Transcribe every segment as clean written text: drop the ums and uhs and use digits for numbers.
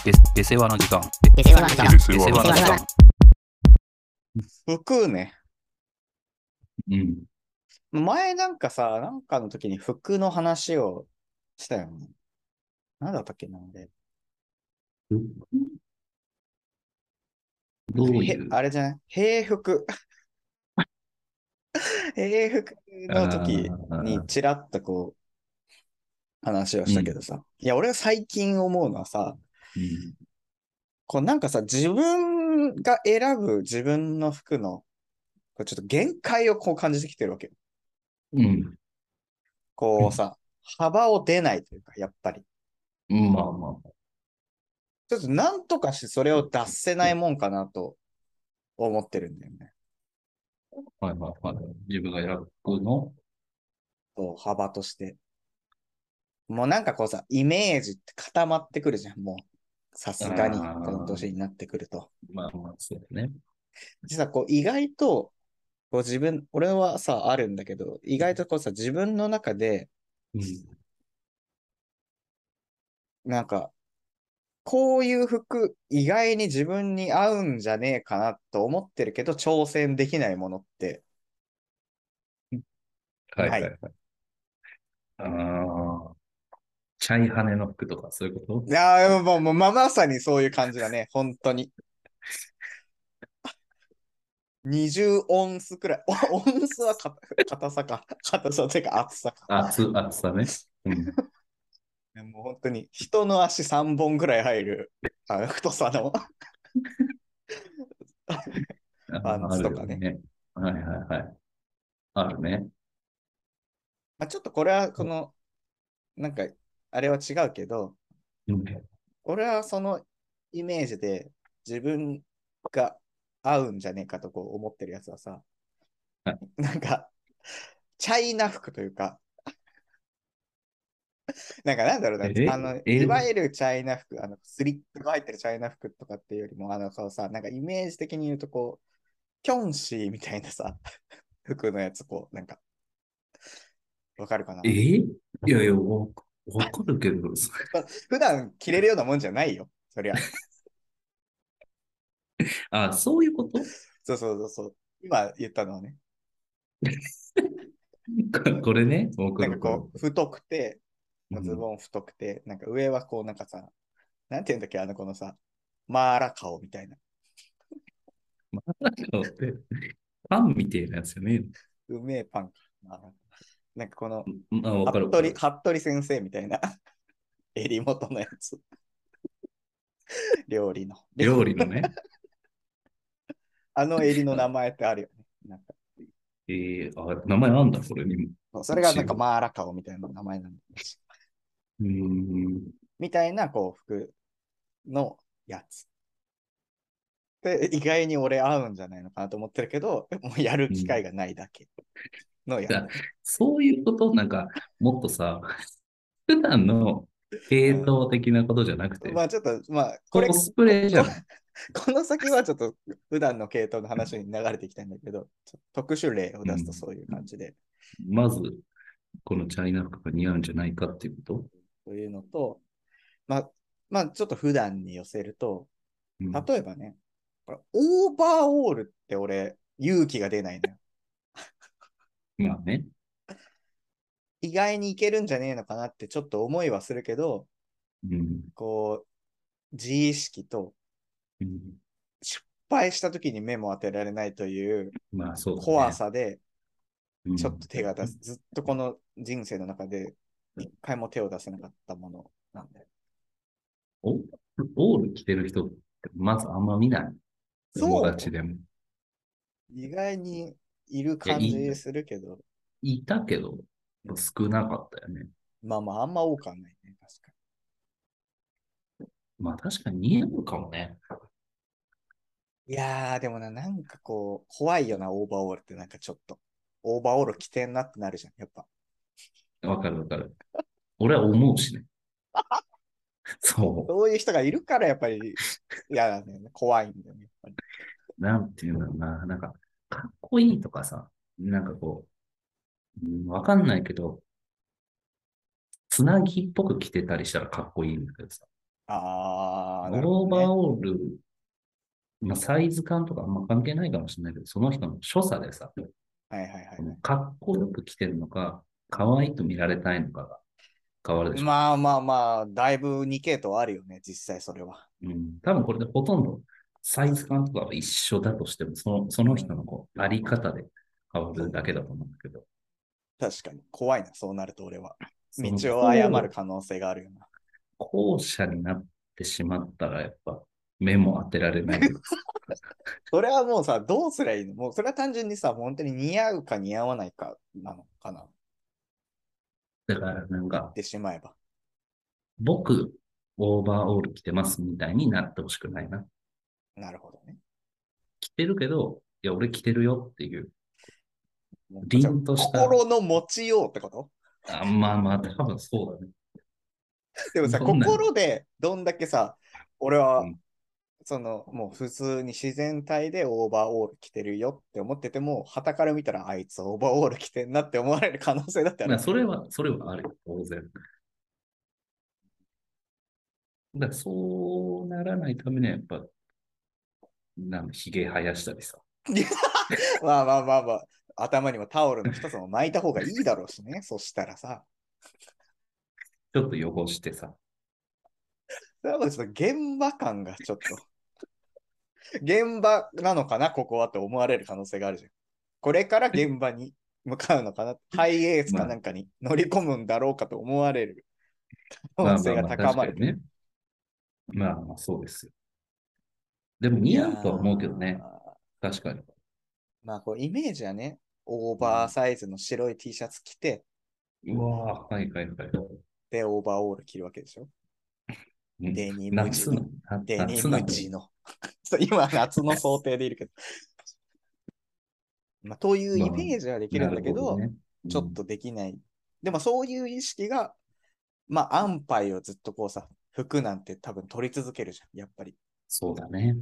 下世話の時間。 下世話の時間。 下世話の時間。 服ね。 うん。 前なんかさ、なんかの時に服の話をしたよね。なんだったっけな、俺。 どういう。 あれじゃない兵服。兵服の時にちらっとこう話をしたけどさ。いや、俺が最近思うのはさ、 うん。 こうなんかさ、自分が選ぶ自分の服の、こうちょっと限界をこう感じてきてるわけよ。 うん。 こうさ、幅を出ないというか、やっぱり。 うん。まあまあ。 ちょっとなんとかしてそれを出せないもんかなと思ってるんだよね。 はいはいはい。自分が選ぶ服の。 そう幅として。もうなんかこうさ、イメージって固まってくるじゃん、もう。さすがに、この年になってくると。 まあまあ、そうだね。 実はこう、意外と、こう自分、俺はさ、あるんだけど、意外とこうさ、自分の中で、 うん。 なんか、こういう服、意外に自分に合うんじゃねえかなと思ってるけど、挑戦できないものってない。 はいはいはい。ああ、チャイハネの服とか、そういうこいやーもうまさにそういう感じだね、本当に。20オンスくらい。オンスは硬さか。硬さというか厚さか。 と？厚さね。うん。 もう本当に人の足3本ぐらい入る太さのパンあるツとかね。 よね。はいはいはい。あるね。 まあ、ちょっとこれはこの、なんか、あれは違うけど、 うん。 俺はそのイメージで自分が合うんじゃねえかとこう思ってるやつはさ、 はい。 なんか、チャイナ服というか、なんかなんだろうな、 えいわえゆるチャイナ服、スリットが入ってるチャイナ服とかっていうよりも、そうさ、なんかイメージ的に言うとこう、キョンシーみたいなさ、服のやつ、こう、なんか、わかるかな。 いやいや、わかるけど、 普段着れるようなもんじゃないよ、そりゃ。 あ、そういうこと？ そうそうそうそう。今言ったのはね、 これね、わかなんかるわかる。 こう、太くて、 うん。 ズボン太くて、なんか上はこう、なんかさ、なんていうんだっけ、このさ、マーラ顔みたいな。 まあ、なんかって、パンみたいなやつよね。 うめえパンか。なんかこの、 まあ、わかるわかる。 服部先生みたいな襟元のやつ。料理の。 料理のね。 あの襟のあ、 名前ってあるよね。なんか名前あんだ、これにも。 それがなんか一応。 マーラ顔みたいな名前なんだ。 うーん。 みたいな、こう、服のやつ。で、意外に俺合うんじゃないのかなと思ってるけど、もうやるうん。 機会がないだけのやだつ。 そういうこと、なんか、もっとさ、普段の系うん。 統的なことじゃなくて、 まあちょっと、まあ、 コスプレじゃん。 この先はちょっと普段の系統の話に流れていきたいんだけど、特殊例を出すとうん。 そういう感じで、 まず、このチャイナ服が似合うんじゃないかっていうこと？ というのと、まあ、まあちょっと普段に寄せると、 うん。 例えばね、これオーバーオールって俺、勇気が出ないのよ。 まあね。 意外にいけるんじゃねえのかなってちょっと思いはするけど、 うん。 こう、自意識とうん。 失敗した時に目も当てられないというまあ、そうだね。 怖さで、ちょっうん。 と手が出す。ずっとこの人生の中で一回も手を出せなかったものなんだよ。 おオール着てる人ってまずあんま見ない。友達そでも。いう意外にいるや、 感じするけど、 いたけど、 うん、 少なかったよね。 まあまあ、あんま多くはないね、確かまあ確かに似合うかもね。 に。いやー、でもな、なんかこう、怖いよな、オーバーオールってなんかちょっと。オーバーオール着てんなってなるじゃん、やっぱ。 わかるわかる。俺は思うしね。そそういう人がいるからやっぱり嫌なんだよね。怖いんだよね、やっぱり。 う。なんていうんだろうな。なんか、かっこいいとかさ、なんかこう、わかんないけど、つなぎっぽく着てたりしたらかっこいいんだけどさ。 あ、なるほオーバーどね。 オール、まあ、サイズ感とかあんま関係ないかもしれないけど、その人の所作でさ、 はいはいはいはい。 かっこよく着てるのか、可愛く見られたいのかが変わるでしょ。 まあまあまあ、だいぶ2系統あるよね、実際それは。 うん。多分これでほとんどサイズ感とかは一緒だとしても、その人うん。 のあり方で変わそうだね。 るだけだと思うんだけど、 確かに。怖いな、そうなると俺は。道そのを誤る可能性があるよな。 後者になってしまったら、やっぱ目も当てられないというか、 それはもうさ、どうすりゃいいの？もうそれは単純にさ、本当に似合うか似合わないかなのかな。 だからなんか、 言ってしまえば。 僕、オーバーオール着てますみたいになってほしくないな。 なるほどね。 着てるけど、いや、俺着てるよっていう、 もうじゃあ、 凛とした、 心の持ちようってこと？ まあまあ、多分そうだね。 でもさ、 どんなに、 心でどんだけさ、俺は、 うん、 もう普通に自然体でオーバーオール着てるよって思ってても、傍から見たらあいつオーバーオール着てんなって思われる可能性だってあるまあ、 わけじゃん。 それはあるよ、当然。だからそうならないためには、やっぱ、髭生やしたりさ、 まあまあまあまあ、頭にもタオルの一つも巻いた方がいいだろうしね。そしたらさ、 ちょっと汚してさ、 それはもうちょっと現場感がちょっと、現場なのかな、ここはって思われる可能性があるじゃん。これから現場に向かうのかな、ハイエースまあ、 かなんかに乗り込むんだろうかと思われる可能性がまあまあまあ、 高まるけど。 確かにね。まあまあ、そうですよ。でもいや似合うとは思うけどね。 ー、 確かに。 まあこうイメージはね、オーうん、 バーサイズの白い T シャツ着て、 うわぁ、はいはいはい。 で、オーバーオール着るわけでしょ。 うん、 デニム地の。 夏の、 デニ夏なの。 ム地の。そう今、夏の想定でいるけど。まあ、というまあ、 イメージはできるんなるだけど、 ほどね。うん、 ちょっとできない。でもそういう意識が、まあ、安牌をずっとこうさ、服なんて多分取り続けるじゃん、やっぱり。 そうだね。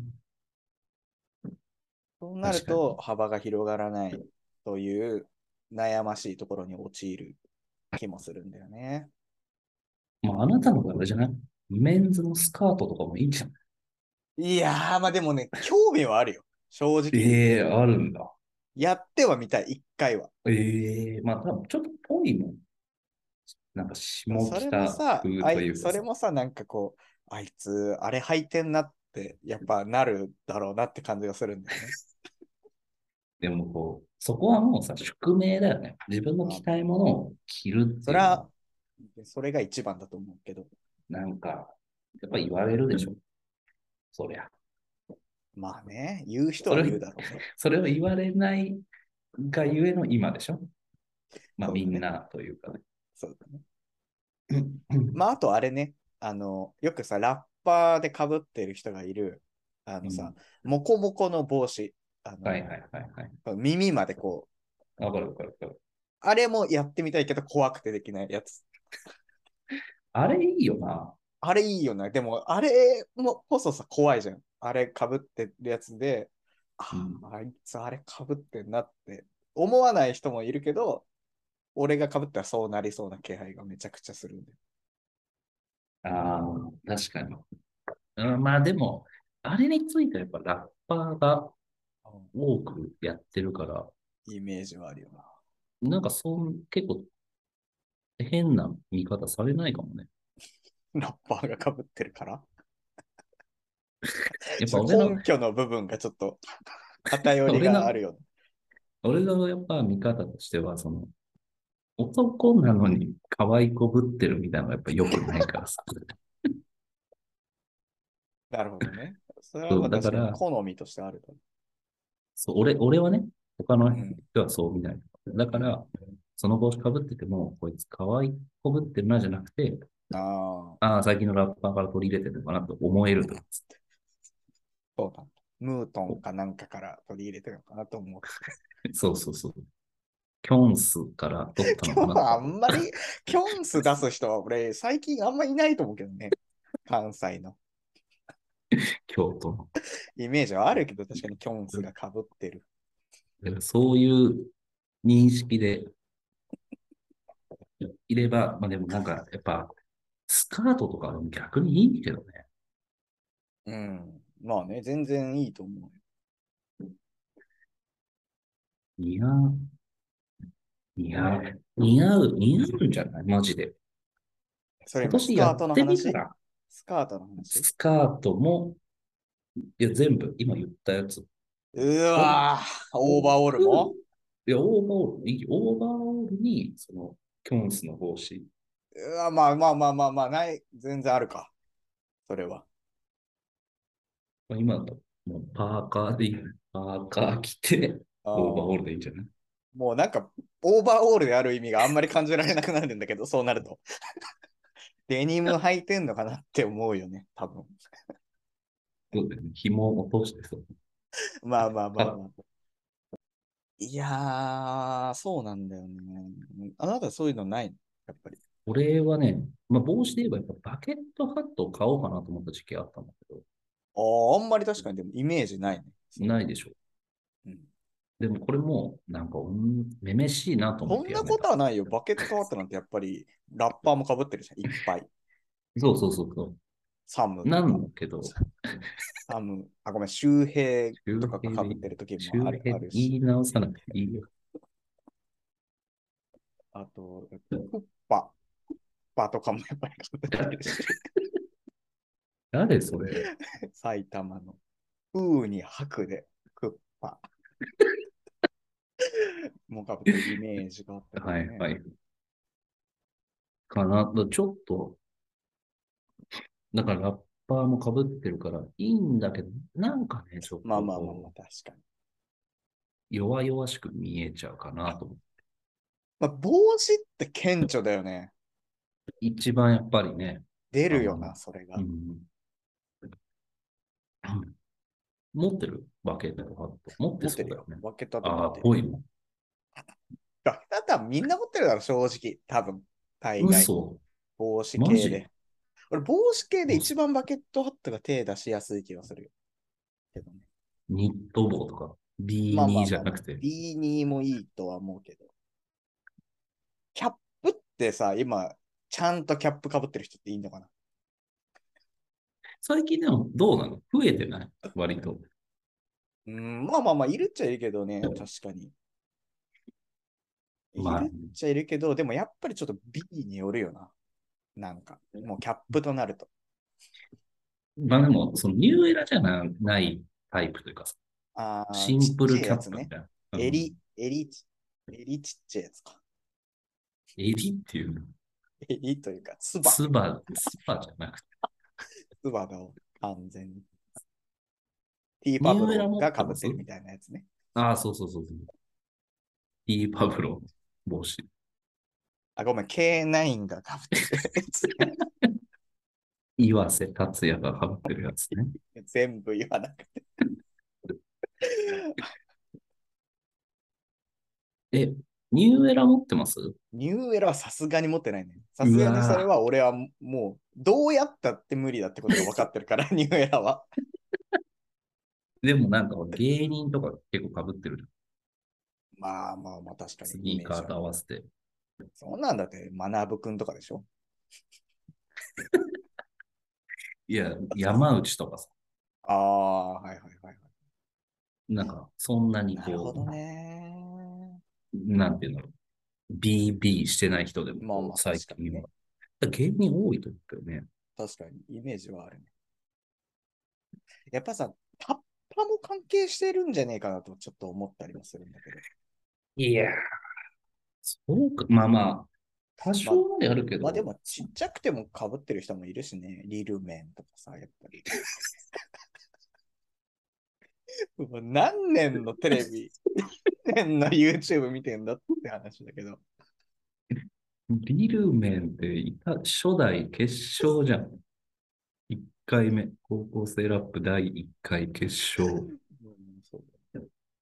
そうなる確かに。 と幅が広がらないという悩ましいところに陥る気もするんだよね。 まあ、あなたの場合あれじゃない？メンズのスカートとかもいいんじゃない？ いやー、まあでもね、興味はあるよ。正直言うと。 ええー、あるんだ。 やってはみたい、一回は。 ええー、まあ、多分ちょっとぽいもん。なんか、下それも北さ、 風というかさ。 それもさ、なんかこう、あいつ、あれ履いてんなって、やっぱなるだろうなって感じがするんだよね。 でもそこはもうさ、宿命だよね。自分のまあ着たいまあまあ。 ものを着るっていうのは、 それは、それが一番だと思うけど、 なんか、やっぱ言われるでしょ。そりゃ。 まあね、言う人はそれ、 言うだろうね。 それを言われないがゆえの今でしょ。まあそうだね。 みんなというかね。 そうだね。 うんうん、 まあ、あとあれね、よくさ、ラッパーで被ってる人がいる、 うん、 モコモコの帽子、 はいはいはいはい。 耳までこう、 わかるわかるわかる。 あれもやってみたいけど怖くてできないやつ。 あれいいよな。 あれいいよね。でも、あれもこそさ、怖いじゃん。あれ被ってるやつで、 うん。 あいつあれ被ってんなって思わない人もいるけど、俺が被ったらそうなりそうな気配がめちゃくちゃするんで。 ああ、確かに。うん、まあでも、あれについてはやっぱラッパーが多くやってるから、 イメージはあるよな。 なんか結構変な見方されないかもね。 ラッパーが被ってるから。 やっぱちょっと根拠の部分がちょっと偏り俺の、 があるよね。 俺のやっぱ見方としては、男なのに可愛いこぶってるみたいなのがやっぱ良くないからさ。 なるほどね。それはそう、 まあ確かにだから、 好みとしてあると。 そう、俺はね、他のうん。 人はそう見ない。だうん。 から、その帽子かぶってても、こいつ可愛いこぶってるなじゃなくて、 ああ、 ああ、最近のラッパーから取り入れてるのかなと思えると。 そうだ。ムートンかなんかから取り入れてるのかなと思って。 そうそうそう。キョンスから取ったのか今日あなとか、 んまりキョンス出す人は俺最近あんまりいないと思うけどね。関西の京都の。 イメージはあるけど確かにキョンスが被ってる。 だからそういう認識でいれば、まあでもなんか、やっぱ、スカートとかでも逆にいいけどね。 うん。まあね、全然いいと思うよ。 似合う、似合うんじゃないマジで。 それ今今スカート年やってみたの話？ ら、 スカートの話？ スカートも、いや、全部、今言ったやつ。 うお、 わー、オーバーオール奥、 も？ いや、オーバーオール、オーバーオールに、キョンスの帽子。 うわ、まあまあまあまあまあ、ない、全然あるか。それは。 今だと、もうパーカーでいい。パーカー着て、 あオーバーオーー、 ルでいいんじゃない？ もうなんか、オーバーオールである意味があんまり感じられなくなるんだけど、そうなると。デニム履いてんのかなって思うよね、多分。 そうだよね。紐を落としてそう。 まあまあまああ、 まあ。いやー、そうなんだよね。あなたそういうのないの？やっぱり。 俺はね、まあ、帽子で言えばやっぱバケットハットを買おうかなと思った時期あったんだけど、 ああ、あんまり確かにでもイメージないね。それは。 ないでしょ。 うん。 でもこれも、なんか、めめしいなと思っそんなこてやめた。 とはないよ。バケットハットなんてやっぱりラッパーもかぶってるじゃん。いっぱい。 そうそうそうそサムう。なんとか。 だけど、 サム、あ、ごめん、周平とかが周平で、 かぶってる時も周平であるし。 言い直さなくていいよ。 あと、クッパとかもやっぱりかぶってるし。 誰それ？ 埼玉の。風に白でクッパもかぶってるイメージがあったけどね。 はいはい。かな。ちょっと、だからラッパーも被ってるからいいんだけど、なんかね、ちょっまあとまあまあまあ、確かに。 弱々しく見えちゃうかなと思って。 まあ、帽子って顕著だよね。 一番やっぱりね、あの、 出るよな、それが。 うん、持ってるバケットハット。持って持ってるよ。 そうだよね。 バケットだと持ああ、 ってるよ。 ぽいもん。 バケットだったらみんな持ってるだろ、正直。多分。大概。 嘘？ 帽子マジ？ 系で。俺、帽子系であ、 一番バケットハットが手出しやすい気がするよ。けどね。 ニット帽とか、B2 まあまあまあ、 じゃなくて、 B2 もいいとは思うけど。キャップってさ、今、ちゃんとキャップかぶってる人っていいのかな？ 最近でもどうなの？増えてない割と。 うん、まあまあまあ、いるっちゃいるけどね、確かに。いまあ、 るっちゃいるけど、でもやっぱりちょっと B によるよな。なんか、もうキャップとなると。 まあでも、ニューエラじゃないタイプというかさ、 あー、 シちっちゃンプルキャッいやつね。 プみたいな。うん。 襟、襟、襟ちっちゃいやつか。 襟っていうの？ 襟というか、 ツバじゃなくて。 つばが完全に。ティーパブニューエラロが持ってます？ 被ってるみたいなやつね。 ああ、そうそうそうそう。ティーパブロ帽子。 あ、ごめん、K9 が被ってるやつ。 岩瀬達也が被ってるやつね。 全部言わなくて。 え、ニューエラ持ってます？ ニューエラはさすがに持ってないね。さうすがにそれわは俺はもう、どうやったって無理だってことが分かってるから、ニューエラは。 ーでもなんか芸人とか結構被ってるじゃん。 まあまあまあ、確かにスニーカーイメージは。 と合わせて。 そんなんだって、学ぶくんとかでしょ？ いや、山内とかさ、 ああ、はいはいはいはい。 なんかそんなになるほどね。 なんていうんだろう。BB してない人でもまあまあ、 最近は。 確かにね。 芸人多いと思ったよね。 確かに、イメージはあるね。やっぱさ、タッパも関係してるんじゃねえかなとちょっと思ったりもするんだけど。 いやー、そうか。まあまあ、多まあ、 少まであるけど、 まあでもちっちゃくても被ってる人もいるしね。リルメンとかさ、やっぱり。もう何年のテレビ、何年の YouTube 見てんだって話だけど。 リルメンって初代決勝じゃん。1回目。高校生ラップ第1回決勝。 うん、そうだ。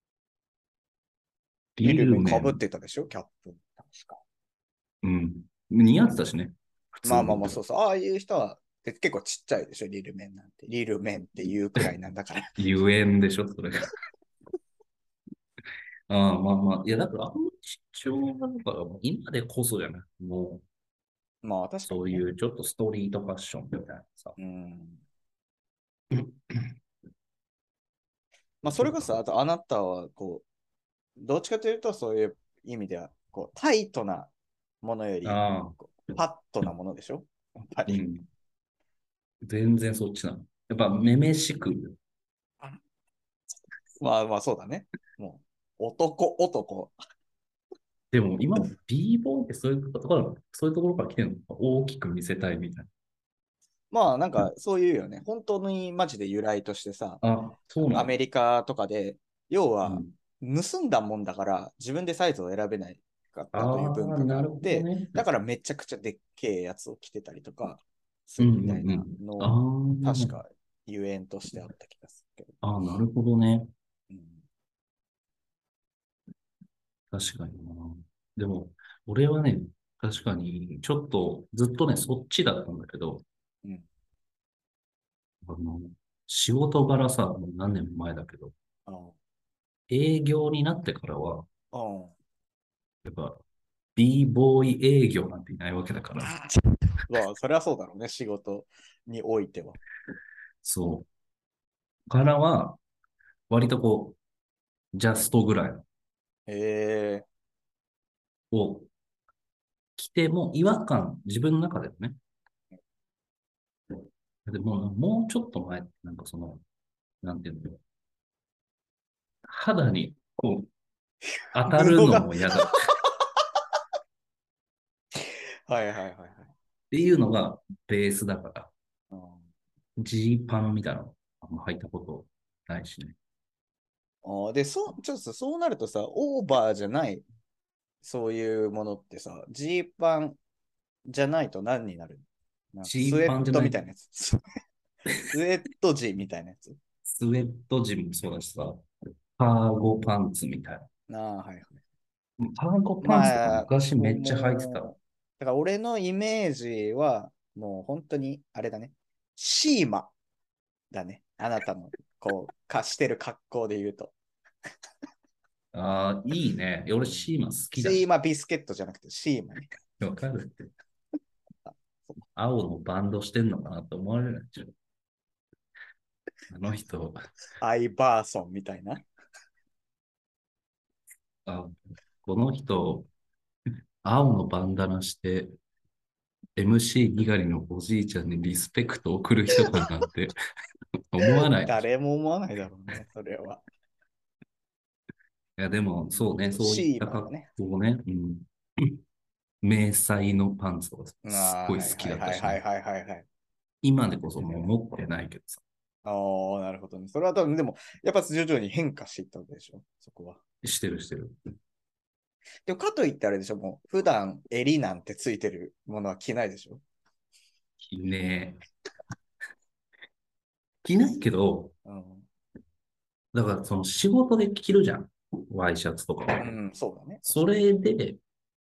リリルメン被っルメン。 てたでしょ、キャップ。確か。 うん。似合ってたしね。普通に。 まあまあまあ、そうそう。ああいう人は結構ちっちゃいでしょ、リルメンなんて。リルメンっていうくらいなんだから。 ゆえんでしょ、それが。ああ、まあまあ。いや、だからあんまり主張が、だから今でこそじゃない。もう、 まあ確かにね。 そういうちょっとストリートファッションみたいなさ。 うん。 まあ、それこそ、あとあなたは、こう、どっちかというと、そういう意味では、こう、タイトなものより、 ああ、 こうパットなものでしょやっぱり。 うん。全然そっちなの。やっぱ、めめしく、 まあまあ、そうだね。もう、男。 でも今の b ボーイってそういうところから来てるのか大きく見せたいみたいまあ、なんか、そういうよね。本当にマジで由来としてさ、 な。あ、そうなアの。 メリカとかで、要は、 うん。 盗んだもんだから、自分でサイズを選べないかったという文ああ、 化があなるほどって、 ね。 だからめちゃくちゃでっけえやつを着てたりとかすうんるみたいなうんうん。 の、確あかゆえんとしてあった気がするけど。 あ、ああ、なるほどね。 うん、 確かにな。でも、俺はね、確かに、ちょっと、ずっとね、そっちだったんだけど、 うん、 あの、仕事柄さ、もう何年も前だけど、 ああ、 営業になってからは、 ああ。 やっぱ、b ボーイ営業なんていないわけだから、 まあ、それはそうだろうね、仕事においては。 そう。からは、割とこう、ジャストぐらいへえ、 を着ても違和感、自分の中ではね。でも、もうちょっと前って、なんかその、なんていうの、肌にこう、当たるの布が。 も嫌だっはいはいはいはい。 ていうのがベースだから、 うん、 ジーパンみたいなのあんま履いたことないしね。 で、ちょっとそうなるとさ、オーバーじゃない、そういうものってさ、ジーパンじゃないと何になる？なんかジースウェッパンじゃない、 トみたいなやつ。スウェット地みたいなやつ。 スウェット地もそうだしさ、カーゴパンツみたいああ、はいはい。 な。カーゴパンツとかまあ、 昔めっちゃ履いてた。 だから俺のイメージは、もう本当に、あれだね。シーマだね。あなたの、こう、してる格好で言うと。 ああ、いいね。俺うん、 シーマ好きだし。 シーマビスケットじゃなくてシーマね。 わかるって。青のバンドしてんのかなって思われるじゃん。あの人、 アイバーソンみたいな。 あ、この人、青のバンダナして、MC ギガリのおじいちゃんにリスペクトを送る人だなんて思わないでしょ。 誰も思わないだろうね、それは。 いや、でも、そうね、そういっシーた格マだね。 好ね、うん。迷彩のパンツとかあすっあ、 ごい好きはいはいだったしね。 はいはいはいはいはい。 今でこそもう持ってないけどさ、 ああ、なるほどね。それは多分、でも、やっぱ徐々に変化していったわけでしょ、そこは。 してるしてる。 でも、かといってあれでしょ、もう、普段襟なんてついてるものは着ないでしょ。 着ねえ。着ないけど、 うん、 だからその仕事で着るじゃん。ワイシャツとかを。 うん、そうだね。確そかに。 れで、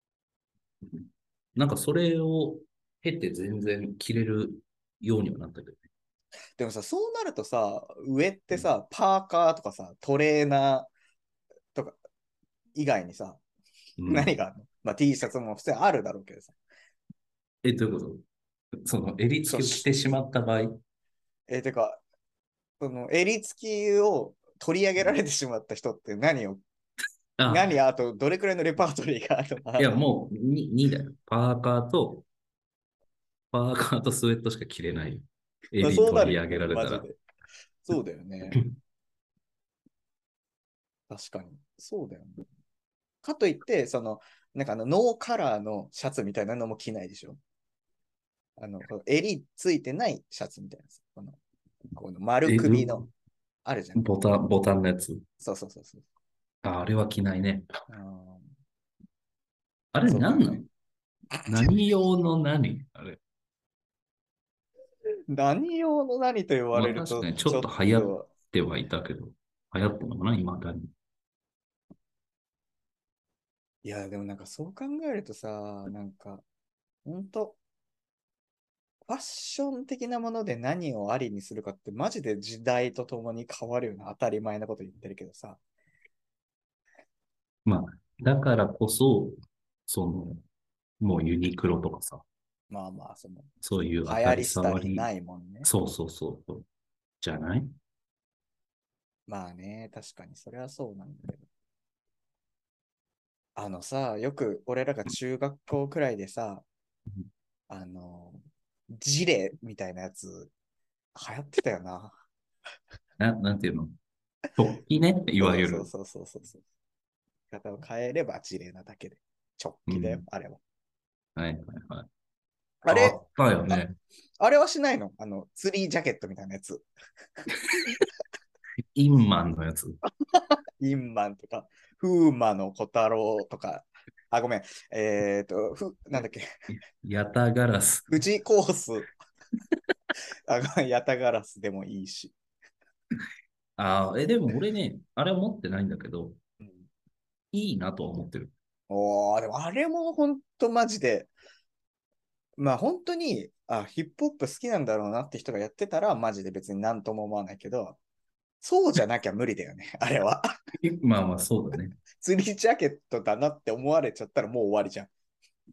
なんかそれを経て全然着れるようにはなったけどね。 でもさ、そうなるとさ、上っうんてさ、パーカーとかさ、トレーナーとか以外にさ、 うん。 何があるの？まあ、T シャツも普通にあるだろうけどさ。 どういうことその襟付きを着そうし、 てしまった場合。 てか、その襟付きを取り上げらうんれてしまった人ってあ、 あとどれくらいのレパートリーがあるの？あいやなたに。 もう2だよ。パーカーとスウェットしか着れない。 まあ、 襟そうな取り上げるよね、 られたら。 マジで。そうだよね。確かに。そうだよね。かといって、なんかノーカラーのシャツみたいなのも着ないでしょ。この襟ついてないシャツみたいなさ。この丸どうい首の、 うあるじゃん。 ボタンのやつ。 そうそうそうそう。 あれは着ないね。 あー、 あれそうだよね。 何なの？何用の何あれ。 何用の何と言わまあれると、 確かにちょっちょっと流行っと、 てはいたけど、流行ってるのかな今だに。 いや、でもなんかそう考えるとさ、なんか、本当ファッション的なもので何をありにするかってマジで時代とともに変わるような当たり前なこと言ってるけどさ。 まあ、だからこそ、その、もうユニクロとかさ、 まあまあ、 そういう当流行たりりしたり障り、 ないもんね。 そうそうそうそう、じゃないまあね、確かにそれはそうなんだけど。あのさ、よく俺らが中学校くらいでさ、あの、ジレみたいなやつ流行ってたよな。 なんていうの？突起ね、いわゆる。 そうそうそうそうそうそう。方を変えればジレなだけで。直帰だよ、 うん。 あれは。 はいはいはい。 あれ、 あったよあ、 ね。 あれはしないの？ツリージャケットみたいなやつ。 インマンのやつ。 インマンとか、フーマの小太郎とか、あ、ごめん。なんだっけ、 ヤタガラス。 富士コース、あ、ごめん、ヤタガラスでもいいし。 でも俺ね、あれは持ってないんだけど、 うん、 いいなとは思ってる。 おー、でもあれも本当マジで、まあ本当に、ヒップホップ好きなんだろうなって人がやってたら、マジで別になんとも思わないけど、そうじゃなきゃ無理だよね、あれは。 まあまあそうだね。 釣りジャケットだなって思われちゃったらもう終わりじゃん。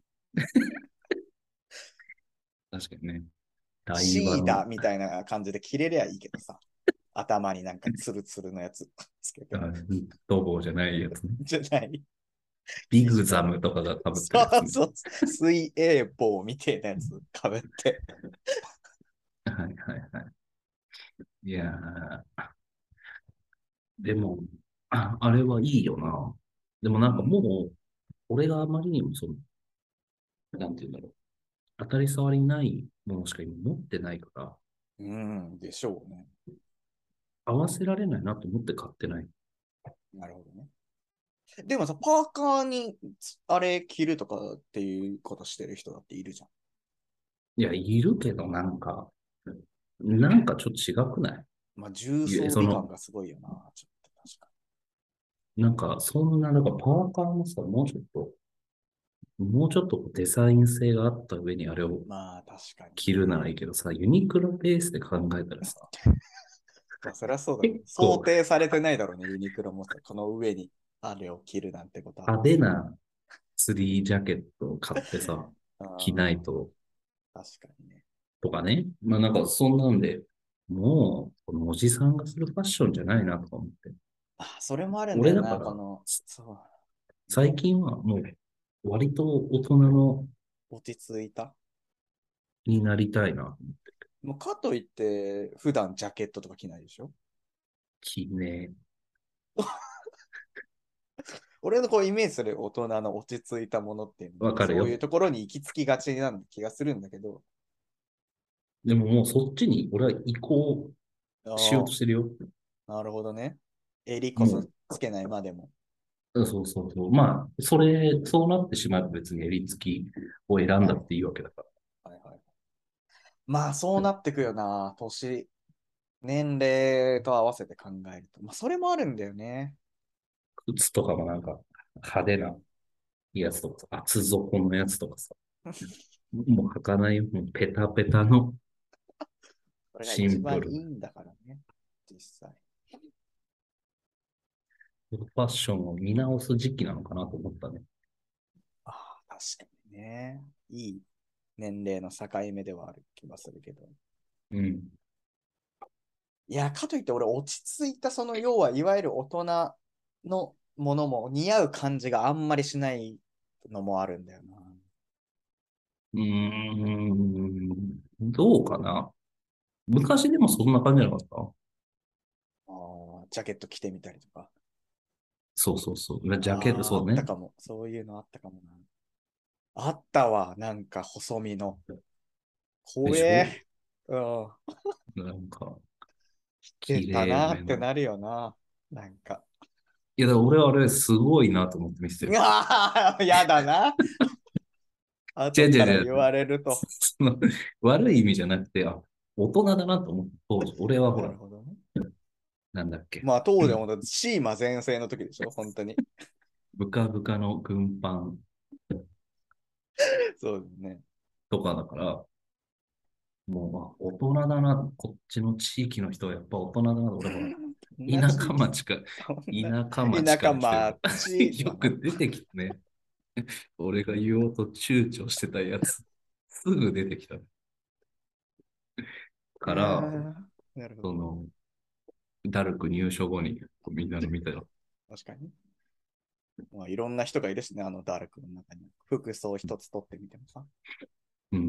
確かにね。台場シーダの、 みたいな感じで着れりゃいいけどさ。頭になんかツルツルのやつつけて。 ドボじゃないやつね。 じゃない。 ビグザムとかが被ってるやつね。 そうそう。水泳棒みたいなやつかぶって。 はいはいはい。いやー、でも、あれはいいよな。でもなんかうん。 もう、俺があまりにもなんていうんだろう。当たり障りないものしか今持ってないから、 うん、でしょうね。 合わせられないなと思って買ってない。 なるほどね。でもさ、パーカーにあれ着るとかっていうことしてる人だっているじゃん。 いや、いるけどなんかちょっと違くない？ まあ、重いや、 装備感がすごいよな。ちょっと確かなんかパーカーもさ、もうちょっとデザイに性があった上にあれをに。まあ、確かに着るならいいけどさ、ユニクロベースで考えたらさ、 ね。まあ、そりゃそうだろうね。想結構定されてないだろうね、ユニクロもさ、この上にあれを着るなんてことは。 派手なスリージャケットを買ってさ、 あ着ないあ、 と、 確かにね。 とかね。まあなんかそんなんで、もう、このおじさんがするファッションじゃないなとか思って。 それもあるんだよな、 俺だから、 そ最近はもう、割と大人のう、落ち着いた。 になりたいな。 もうかといって、普段ジャケットとか着ないでしょ？ 着ね俺のこうイメージする大人の落ち着いたものっていうのは、 わかるよ。 そういうところに行き着きがちな気がするんだけど、 でももうそっちに俺は移行しようあとしてるよ。 あ、なるほどね。襟こそもつけないまでも。 う、そうそうそう。まあ、そうなってしまえば別に襟付きを選んなるほだっていいわけだかど。はいはい。まあ、そうなってくよな。年齢と合わせて考えると。まあ、それもあるんだよね。 ら、靴とかもなんか派手なやつとかさ、厚底のやつとかさ、もう履かないよ。もうペタペタのそれがシ一ンプルな番いいんだからね。実際。 ファッションを見直す時期なのかなと思ったね。 ああ、確かにね。いい年齢の境目ではある気がするけど。 うん。 いや、かといって俺落ち着いたその要はいわゆる大人のものも似合う感じがあんまりしないのもあるんだよな。 うーん、どうかな。昔でもそんな感じじゃなかった？ ジャケット着てみたりとか。 そうそうそう。ジャケット、 あそうね。 ったかも。そういうのあったかもな。あったわ。なんか細身の。 でしょ？ 怖え。うん。 なんか、 出綺たなっ麗めの。 てなるよな。なんか。 いや、だから俺はあれすごいなと思って見せてる。 やだな。 違う後から違う違う。 言われると。 その悪い意味じゃなくて、大人だなと思って、当時。俺はほら、 なるほどね。 なんだっけ。 まあ、当時は本当シーマ全盛の時でしょ、本当に。 ブカブカの軍パンそうですね。 とかだから、もう、大人だな、こっちの地域の人はやっぱ大人だな、俺ほら、 こんな田地域、 舎町か、 そんな田舎町か田舎ら来てるか町、 ら、よく出てきたね。俺が言おうと躊躇してたやつ、すぐ出てきたいやから、 ー、なるほど。 その、 ダルク入所後にみんなの見たよ。 確かに。まあ、いろんな人がいるしね、あのダークの中に。服装一つ取ってみてもさ。 うん。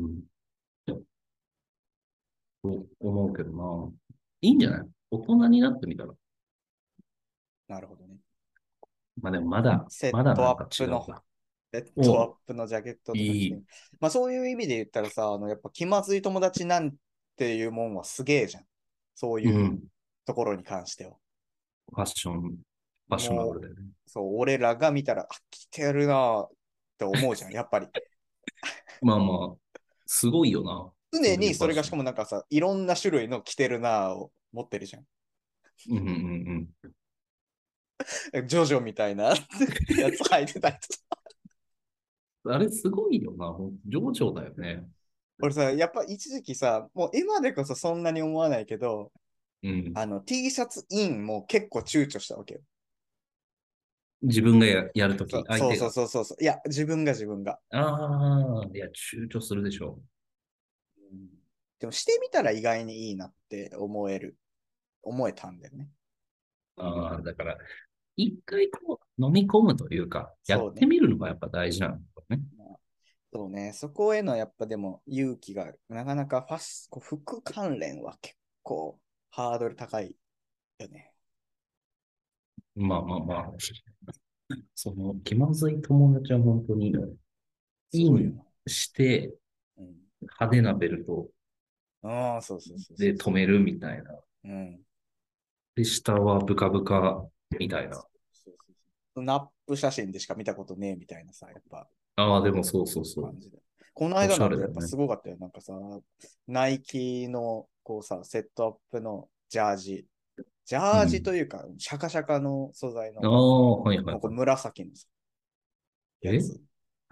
と思うけどな。いいんじゃない？大人になってみたら。 なるほどね。 まあでもまだ、 セットアまだなんかップの、 違うか。 セットアッお、 プのジャケットとか着て。 いい。 まあそういう意味で言ったらさ、やっぱ気まずい友達なんていうもんはすげえじゃん。そういううん。 ところに関しては。 ファッショナブルもだよね。 う、そう、俺らが見たら、あ、着てるなって思うじゃん、やっぱり。 まあまあ、すごいよな。そうい常にそれがしかうファッション。 もなんかさ、いろんな種類の着てるなを持ってるじゃん。 うんうんうんジョジョみたいなやつ履いてたりとか。 うん。あれすごいよな。上々だよね。 俺さ、やっぱ一時期さ、もう今でこそそんなに思わないけど、 うん。 T シャツインも結構躊躇したわけよ。 自分がやるとき、相そうそう手が。 そうそうそう。いや、自分が。 ああ、いや、躊躇するでしょうん、でもしてみたら意外にいいなって思えたんだよね。 う。ああ、だから、一回こう、飲み込むというか、やそうね。 ってみるのがやっぱ大事なんだよね。 まあそうね。そこへのやっぱでも勇気が、なかなかこう服関連は結構ハードル高いよね。 まあまあまあ、その気まずい友達は本当に、インすごいよな。 してうん。 派手なベルトああ、そうそうそうそうそで止めるみたいな。 う。うん。 で、下はブカブカみたいな。 そうそうそう。ナップ写真でしか見たことねえみたいなさ、やっぱああ、でもそうそうそう。 感じで。このおしゃ間なんてやっぱれだよね。 すごかったよ。なんかさ、ナイキのこうさ、セットアップのジャージ。ジャージうん。 というか、シャカシャカの素材の、 ああ、はいはいこうはい。 紫のさやえつ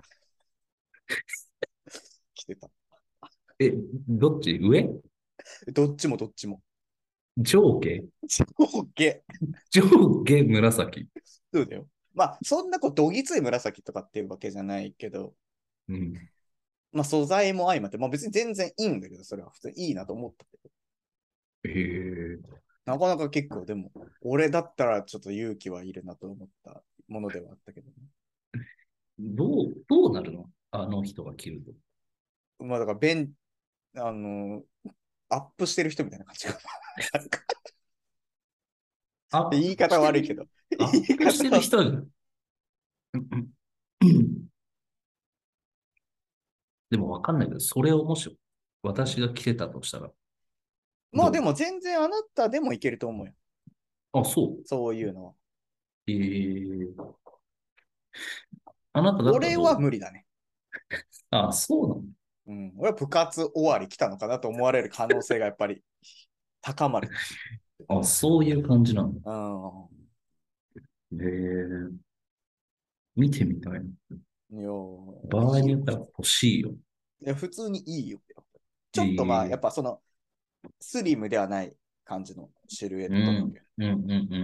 着てた。 え、どっち上？ どっちもどっちも。 上下？ 上下。 上下紫。 そうだよ。まあ、そんなこう、どぎつい紫とかっていうわけじゃないけど、 うん。 まあ、素材も相まって、まあ別に全然いいんだけど、それは普通にいいなと思ったけど、 へえ。 なかなか結構、でも、俺だったらちょっと勇気はいるなと思ったものではあったけどね。 どうなるのあの人が着ると。 まあ、だから、あの、アップしてる人みたいな感じかな。なんかアッ言い方プしてる人、 悪いけど、言アップしてるい方は、 人は、でもわかんないけど、それをもし私が着てたとしたら、どまあでも全然あなたでもいけると思うよ。 う？あ、そう。 そういうのは。 あなただったら俺はどう？ 無理だね。 あ、そうなの？ うん。俺は部活終わり来たのかなと思われる可能性がやっぱり高まる。 あ、そういう感じなの？ うん。 へえ、見てみたいな。 いや場いいよ。 合によっては欲しいよ。 いや、普通にいいよ。ちょっとまあ、やっええ、 ぱその、スリムではない感じのシルエッうん、 ト服。 うん、うん、うん。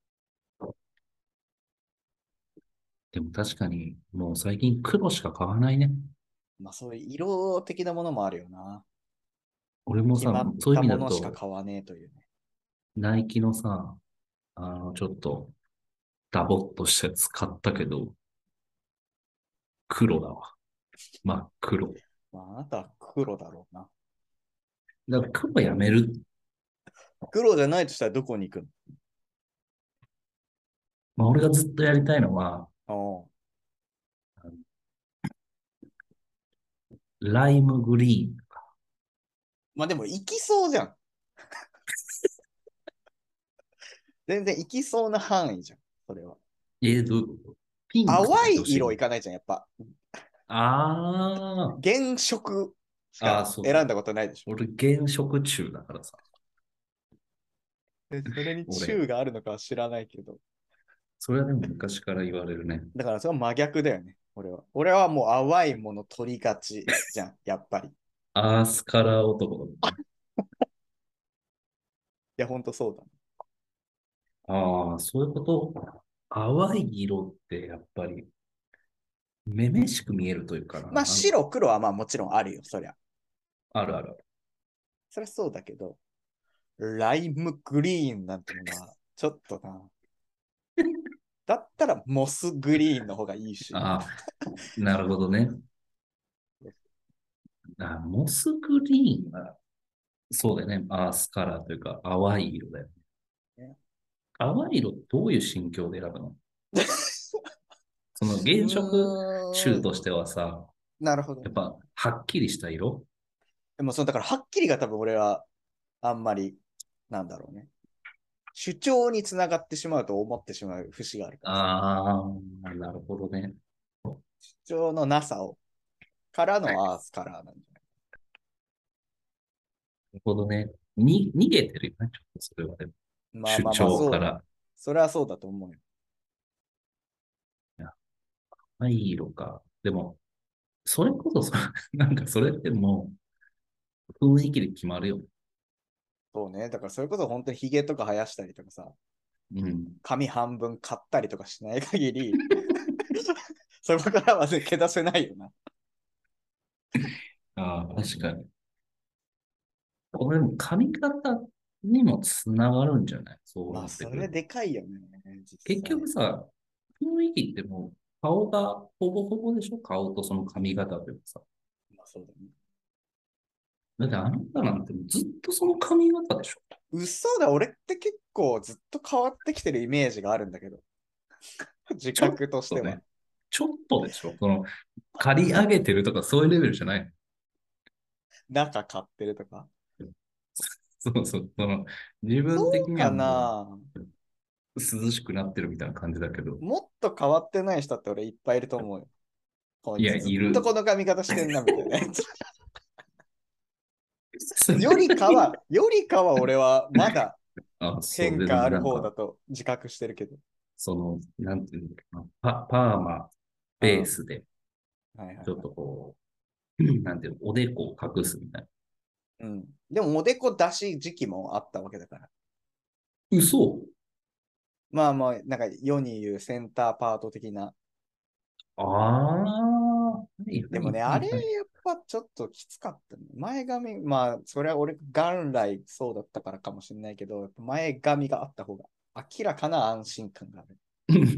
でも確かに、もう最近黒しか買わないね。 まあ、そういう色的なものもあるよな。 俺もさ、 決まっそういう意味たものしかだと、 買わねえというね。 ナイキのさ、ちょっとダボっとしたやつ買ったけど、黒だわ。真っ黒。 まあ、あなたは黒だろうな。 だから黒やめる。 黒じゃないとしたらどこに行くまあ、俺がずっとやりたいのは、 の？ ライムグリーン。 まあでも行きそうじゃん。全然行きそうな範囲じゃん。それは。 どういうこと？ピンクとか淡い言ってほしいの？ 色行かないじゃん、やっぱ。 あ原色しあ、 かそうそう。 選んだことないでしょ。 俺、原色中だからさ。 それに俺、 中があるのかは知らないけど。 それはでも昔から言われるね。 だからそれは真逆だよね、俺は。俺はもう淡いもの取りがちじゃん、やっぱり。いアースカラー男だもんね。 や、ほんとそうだね。 ああ、そういうこと。淡い色ってやっぱり、めめしく見えるというかな。 まあ白黒はまあもちろんあるよ、そりゃ。 あるあるある。 そりゃそうだけど、 ライムグリーンなんてのは、ちょっとな。だったらモスグリーンの方がいいし。 ああ、なるほどね。モスグリーンは、そうだよね。アースカラーというか、淡い色だよね。 ね淡い色どういう心境で選ぶの？そのう原色ーん、 集としてはさ、 なるほどね。 やっぱはっきりした色。 でもだからはっきりが多分俺はあんまり、なんだろうね。主張につながってしまうと思ってしまう節があるからさ。 ああ、なるほどね。 主張のなさからのアースカラーなんじゃない？ なるほどね。逃げてるよね。ちょっとそれはでも。主まあまあまあ、そう。 張から。 それはそうだと思うよ。 いや、淡い色か。でも、それこそなんかそれってもう雰囲気で決まるよ。 そうね。だからそれこそ本当にヒゲとか生やしたりとかさ、 うん。 髪半分買ったりとかしない限り、そこからは抜け出せないよな。 ああ、確かに。これも髪型にもつながるんじゃない？そうまあ、 なってくると。 それでかいよね、実結局際。 さ、雰囲気ってもう顔がほぼほぼでしょ？顔とその髪型というかさ。 まあ、そうだね。 だってあなたなんてずっとその髪型でしょ？ 嘘だ、俺って結構ずっと変わってきてるイメージがあるんだけど、自ちょっ覚としては。 とね、ちょっとでしょ？その、刈り上げてるとかそういうレベルじゃない。 中買ってるとか。 そうそう。その、自分的にはそうかもな？ う涼しくなってるみたいな感じだけど。 もっと変わってない人って俺いっぱいいると思うよ。こいや、 いつずっといる。 この髪型してんなみたいなやつ。よりかは俺はまだあ、そう。で、で変化あるもなんか、 方だと自覚してるけど。 その、なんていうのかな、パーマうん。 ベースで、 はいはいちょっはい。 とこう、なんていうの、おでこを隠すみたいな。 うん。でもおでこ出し時期もあったわけだから。 嘘？ まあまあ、なんか世に言うセンターパート的な。 ああ、はいはでもね、 いはあれいはい。 やっぱちょっときつかったね。前髪、まあ、それは俺元来そうだったからかもしれないけど、前髪があった方が明らかな安心感がある。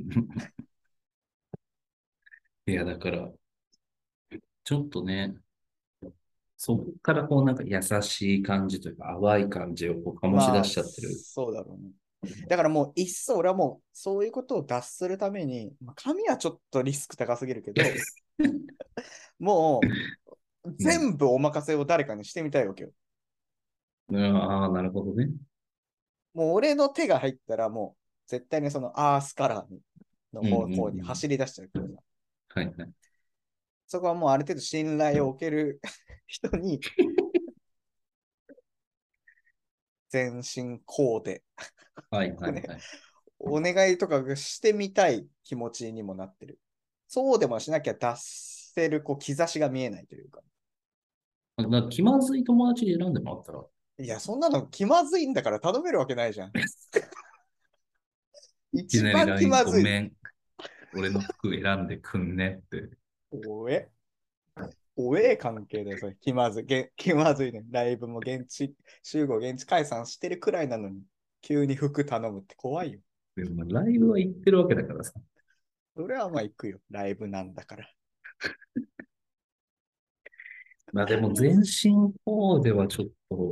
いや、だから、ちょっとね、そこからこうなんか優しい感じというか淡い感じをこう醸し出まあ、 しちゃってる。 そうだろうね。だからもう、いっそ俺はもう、そういうことを脱するために、まあ、髪はちょっとリスク高すぎるけど、もう、 うん。 全部お任せを誰かにしてみたいわけよ。 ああ、なるほどね。 もう俺の手が入ったら、もう、絶対にそのアースカラーのうんうん方向にうん。 走り出しちゃうからさ。 はいはい。 そこはもうある程度信頼を受ける人に全身コーデ、 はいはおね、 いはい。 お願いとかしてみたい気持ちにもなってる。そうでもしなきゃ出せる兆しが見えないというか。 だから気まずい友達で選んでもらったら、 いや、そんなの気まずいんだから頼めるわけないじゃん。 いきなり一番気 LINE まずい。 ごめん、俺の服選んでくんねって。 おえ、おえ関係だよ、それ。気まずいね。ライブも集合現地解散してるくらいなのに、急に服頼むって怖いよ。 でもライブは行ってるわけだからさ。 それはまあ行くよ。ライブなんだから。 まあでも全身コーデはちょっと、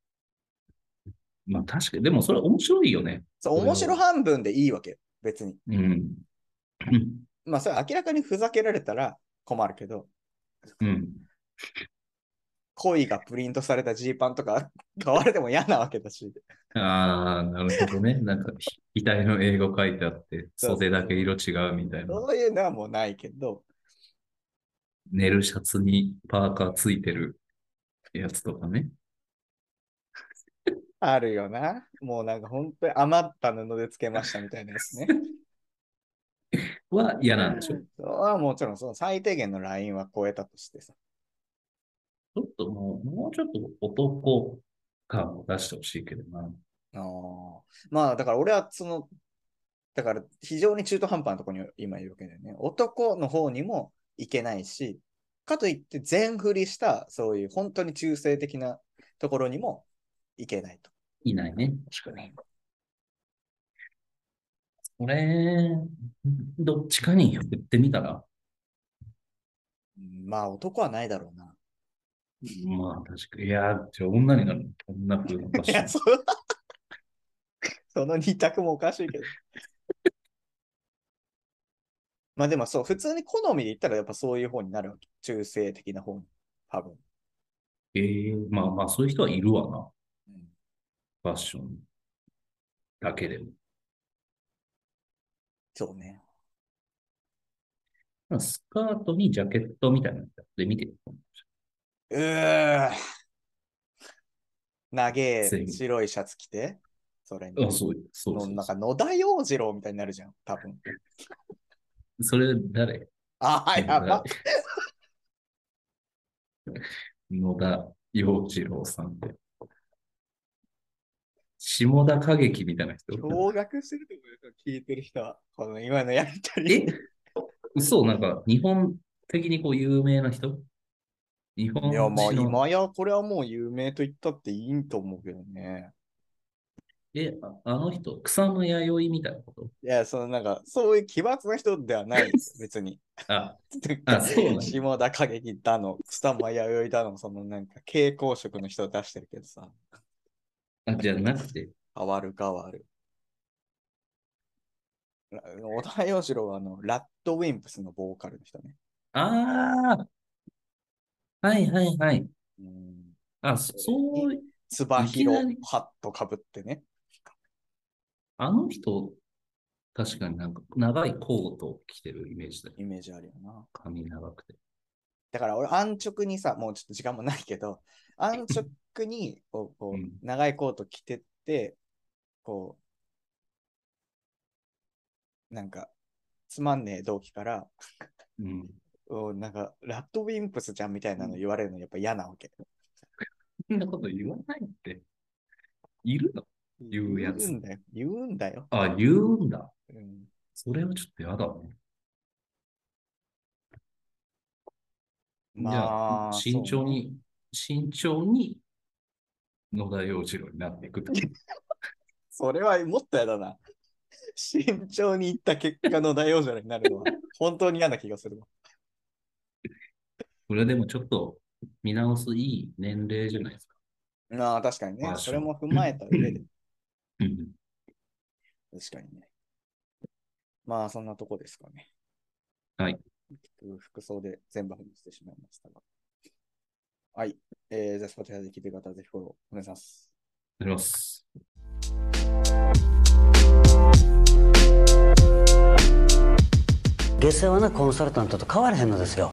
まあ確かに、でもそれ面白いよね。 そう、面白それを。 半分でいいわけよ。別に。 うん。 まあ、それ明らかにふざけられたら困るけど、 うん。 恋がプリントされたジーパンとか買われても嫌なわけだし。 ああ、なるほどね。なんか、額の英語書いてあって、 そう袖だけそうそう。 色違うみたいな。 そういうのはもうないけど、 ネルシャツにパーカーついてるやつとかね。 あるよな。もうなんか本当に余った布でつけましたみたいなやつね。 は嫌なんでしょ？ちそれはもちろんその最低限のラインは超えたとしてさ。 ょっともうちょっと男感を出してほしいけどな。 まあだから俺はだから非常に中途半端なところに今いるわけだよね。男の方にもいけないし、かといって全振りしたそういう本当に中性的なところにもいけないと。 いないね。確かに。俺、どっちかに振ってみたら、 まあ、男はないだろうな。 まあ確かに。いやー、女になる。こんな風なファッいや、 ション。 その二択もおかしいけど。まあでもそう、普通に好みで言ったらやっぱそういう方になるわけ。中性的な方に。多分。 まあまあ、そういう人はいるわな。 うん、 ファッションだけでも。 そうね。 まあスカートにジャケットみたいなので見てる。 うー、長え全白いシャツ着て、それあ、 に。なんそうそか野田洋次郎みたいになるじゃん、多分。 う。それ誰？ ああ、や誰？ ば。 野田洋次郎さんで。下田景樹みたいな人。 驚愕してると思うよ、聞いてる人は。この今のやりとり。 え嘘、なんか日本的にこう有名な人？日いや、 本まあ史の、 今やこれはもう有名と言ったっていいと思うけどね。 あの人、草間彌生みたいなこと？ いや、そのなんか、そういう奇抜な人ではない、別に。 あ、 なんか、 そうなんだ。 下田景樹だの、草間彌生だの、そのなんか、蛍光色の人を出してるけどさ、 じゃなくて。 変わる変わる。小田洋次郎はラッドウィンプスのボーカルの人ね。 ああ、はいはいはい。 うん。それに、 そう、 つばいきな広り、 ハットかぶってね。 あの人、確かになんか長いコートを着てるイメージだよ。 イメージあるよな。 髪長くて。 だから俺、安直にさ、もうちょっと時間もないけど、安直にうん。 長いコート着てって、こなんか、つまんねえ同期から、 うん。 なんか、ラッドウィンプスじゃんみたいなの言われるのやっぱ嫌なわけ。 そんなこと言わないって。いるの？ 言言うやつ。 うんだよ。言うんだよ。 あ、言うんだ。 うん、 それはちょっとやだね。じゃあ、 まあ、そうね。 慎重に野田洋次郎になっていくってこと？ それはもっと嫌だな。慎重にいった結果の大王者になるのは、本当に嫌な気がするわ。 これでもちょっと見直すいい年齢じゃないですか。 まあ、確かにね。それファッション。 も踏まえた上で、 うん。 確かにね。まあ、そんなとこですかね。 はい。 服装で全部話してしまいましたが。はい。じゃあ、スポティファイで聞いてる方はぜひフォローお願いします。 あります。 下世話なコンサルタントと変わらへんのですよ。